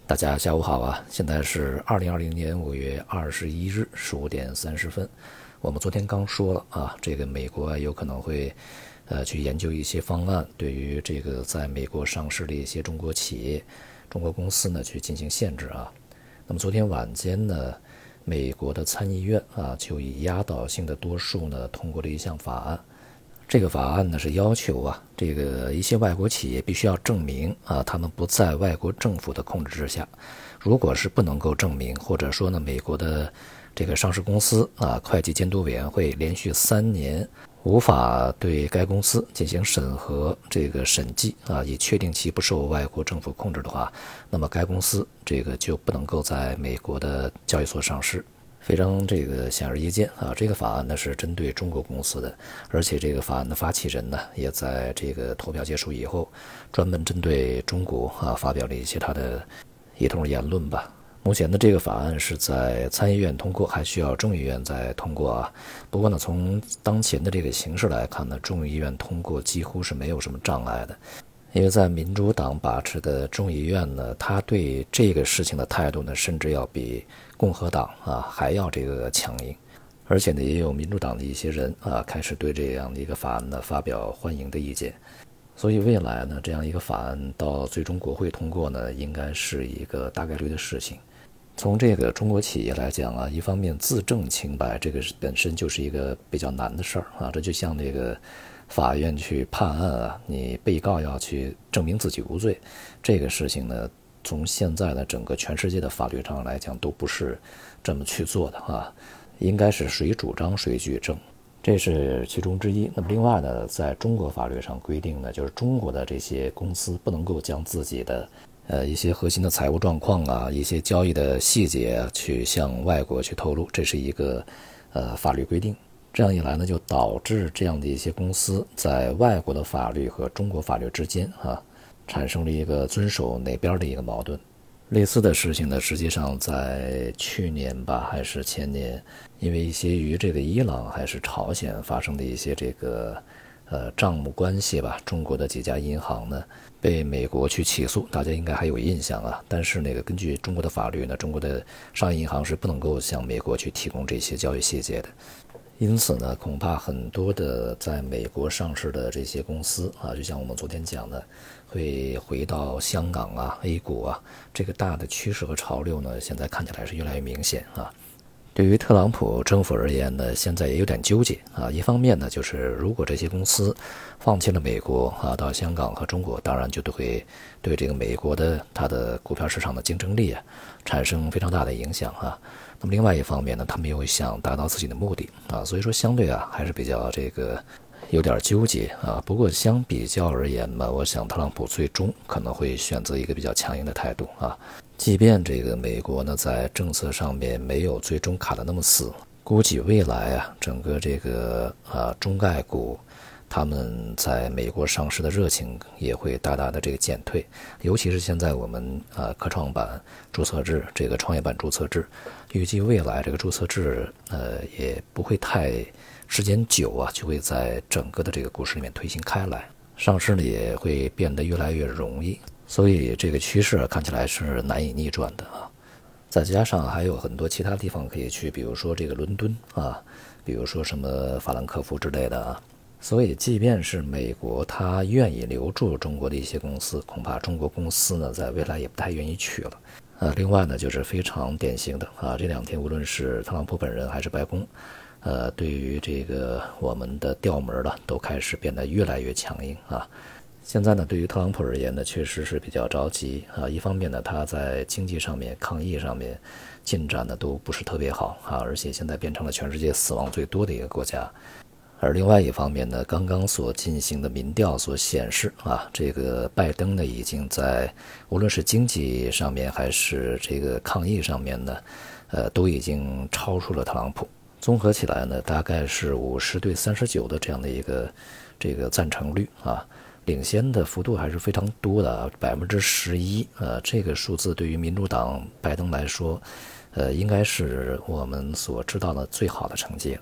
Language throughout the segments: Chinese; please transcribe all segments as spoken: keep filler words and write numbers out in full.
大家下午好啊！现在是二零二零年五月二十一日十五点三十分。我们昨天刚说了啊，这个美国啊有可能会呃去研究一些方案，对于这个在美国上市的一些中国企业、中国公司呢去进行限制啊。那么昨天晚间呢，美国的参议院啊就以压倒性的多数呢通过了一项法案。这个法案呢是要求啊，这个一些外国企业必须要证明啊，他们不在外国政府的控制之下。如果是不能够证明，或者说呢，美国的这个上市公司啊，会计监督委员会连续三年无法对该公司进行审核、这个审计啊，以确定其不受外国政府控制的话，那么该公司这个就不能够在美国的交易所上市。非常这个显而易见啊，这个法案呢是针对中国公司的，而且这个法案的发起人呢也在这个投票结束以后，专门针对中国啊发表了一些他的一通言论吧。目前的这个法案是在参议院通过，还需要众议院再通过啊。不过呢，从当前的这个形势来看呢，众议院通过几乎是没有什么障碍的。因为在民主党把持的众议院呢，他对这个事情的态度呢，甚至要比共和党啊还要这个强硬，而且呢，也有民主党的一些人啊开始对这样的一个法案呢发表欢迎的意见。所以未来呢，这样一个法案到最终国会通过呢，应该是一个大概率的事情。从这个中国企业来讲啊，一方面自证清白，这个本身就是一个比较难的事儿啊，这就像那个法院去判案啊，你被告要去证明自己无罪，这个事情呢，从现在的整个全世界的法律上来讲，都不是这么去做的啊，应该是谁主张谁举证，这是其中之一。那么另外呢，在中国法律上规定呢，就是中国的这些公司不能够将自己的呃一些核心的财务状况啊，一些交易的细节啊，去向外国去透露，这是一个呃法律规定。这样一来呢，就导致这样的一些公司在外国的法律和中国法律之间啊，产生了一个遵守哪边的一个矛盾。类似的事情呢，实际上在去年吧，还是前年，因为一些与这个伊朗还是朝鲜发生的一些这个呃账目关系吧，中国的几家银行呢被美国去起诉，大家应该还有印象啊。但是那个根据中国的法律呢，中国的商业银行是不能够向美国去提供这些交易细节的。因此呢，恐怕很多的在美国上市的这些公司啊，就像我们昨天讲的，会回到香港啊、A 股啊，这个大的趋势和潮流呢，现在看起来是越来越明显啊。对于特朗普政府而言呢，现在也有点纠结啊。一方面呢，就是如果这些公司放弃了美国啊，到香港和中国，当然就都会对这个美国的它的股票市场的竞争力啊，产生非常大的影响啊。那么另外一方面呢，他们又想达到自己的目的啊，所以说相对啊还是比较这个有点纠结啊。不过相比较而言嘛，我想特朗普最终可能会选择一个比较强硬的态度啊。即便这个美国呢在政策上面没有最终卡得那么死，估计未来啊整个这个啊中概股他们在美国上市的热情也会大大的这个减退，尤其是现在我们啊科创板注册制这个创业板注册制，预计未来这个注册制呃也不会太时间久啊，就会在整个的这个股市里面推行开来，上市呢也会变得越来越容易，所以这个趋势看起来是难以逆转的啊。再加上还有很多其他地方可以去，比如说这个伦敦啊，比如说什么法兰克福之类的啊。所以即便是美国他愿意留住中国的一些公司，恐怕中国公司呢在未来也不太愿意去了啊。另外呢，就是非常典型的啊，这两天无论是特朗普本人还是白宫呃，对于这个我们的调门了都开始变得越来越强硬啊。现在呢，对于特朗普而言呢，确实是比较着急啊。一方面呢，他在经济上面、抗疫上面进展呢都不是特别好啊，而且现在变成了全世界死亡最多的一个国家。而另外一方面呢，刚刚所进行的民调所显示啊，这个拜登呢已经在无论是经济上面还是这个抗疫上面呢，呃，都已经超出了特朗普。综合起来呢，大概是五十对三十九的这样的一个这个赞成率啊，领先的幅度还是非常多的，百分之十一。呃，这个数字对于民主党拜登来说，呃，应该是我们所知道的最好的成绩了。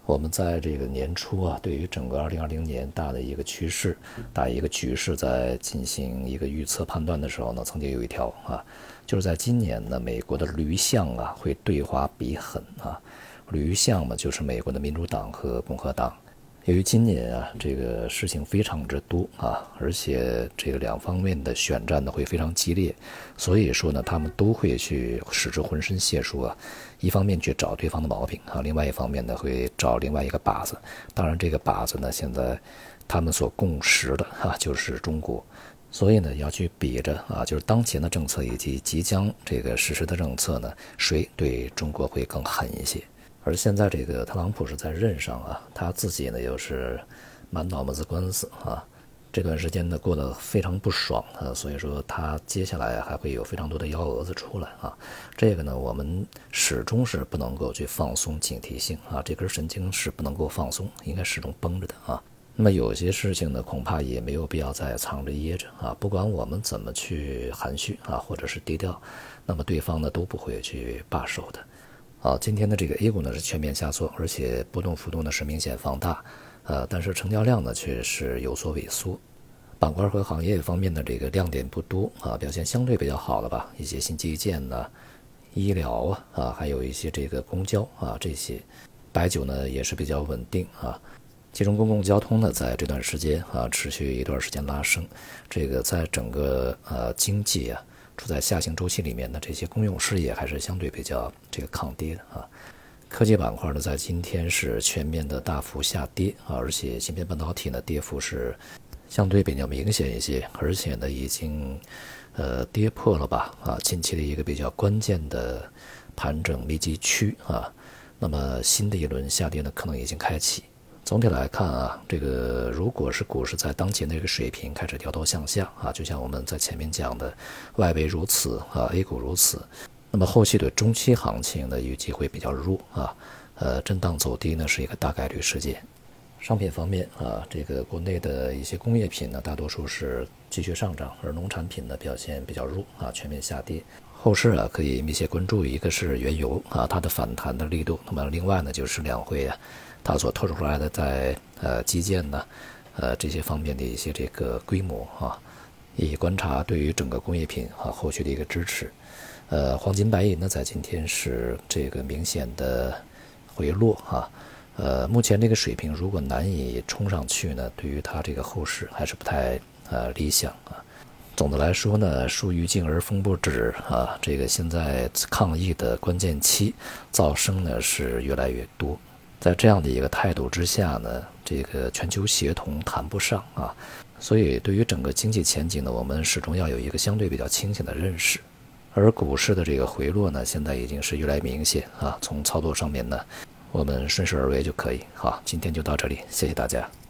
我们在这个年初啊，对于整个二零二零年大的一个趋势、大一个局势在进行一个预测判断的时候呢，曾经有一条啊，就是在今年呢，美国的驴象啊会对华比狠啊。驴象嘛，就是美国的民主党和共和党。由于今年啊，这个事情非常之多啊，而且这个两方面的选战呢会非常激烈，所以说呢，他们都会去使之浑身解数啊，一方面去找对方的毛病啊，另外一方面呢会找另外一个靶子。当然，这个靶子呢，现在他们所共识的啊，就是中国。所以呢，要去比着啊，就是当前的政策以及即将这个实施的政策呢，谁对中国会更狠一些？而现在这个特朗普是在任上啊，他自己呢又是满脑子官司啊，这段时间呢过得非常不爽啊，所以说他接下来还会有非常多的幺蛾子出来啊。这个呢，我们始终是不能够去放松警惕性啊，这根神经是不能够放松，应该始终绷着的啊。那么有些事情呢，恐怕也没有必要再藏着掖着啊，不管我们怎么去含蓄啊，或者是低调，那么对方呢都不会去罢手的。啊，今天的这个 A 股呢是全面下挫，而且波动幅度呢是明显放大，呃，但是成交量呢却是有所萎缩。板块和行业方面的这个亮点不多啊，表现相对比较好的吧，一些新基建呢、医疗啊啊，还有一些这个公交啊这些，白酒呢也是比较稳定啊。其中公共交通呢在这段时间啊持续一段时间拉升，这个在整个呃经济啊。处在下行周期里面的这些公用事业还是相对比较这个抗跌的啊。科技板块呢在今天是全面的大幅下跌啊，而且芯片半导体呢跌幅是相对比较明显一些，而且呢已经呃跌破了吧啊近期的一个比较关键的盘整密集区啊，那么新的一轮下跌呢可能已经开启。总体来看啊，这个如果是股市在当前的这个水平开始掉头向下啊，就像我们在前面讲的，外围如此啊 ，A 股如此，那么后期的中期行情呢预计会比较弱啊，呃，震荡走低呢是一个大概率事件。商品方面啊，这个国内的一些工业品呢，大多数是继续上涨，而农产品呢表现比较弱啊，全面下跌。后市啊可以密切关注，一个是原油啊它的反弹的力度，那么另外呢就是两会啊。它所透出来的在呃基建呢，呃这些方面的一些这个规模啊，以观察对于整个工业品啊后续的一个支持。呃，黄金白银呢在今天是这个明显的回落啊，呃目前这个水平如果难以冲上去呢，对于它这个后市还是不太呃理想啊。总的来说呢，树欲静而风不止啊，这个现在抗疫的关键期，噪声呢是越来越多。在这样的一个态度之下呢，这个全球协同谈不上啊，所以对于整个经济前景呢，我们始终要有一个相对比较清醒的认识。而股市的这个回落呢，现在已经是越来越明显啊，从操作上面呢，我们顺势而为就可以。好，今天就到这里，谢谢大家。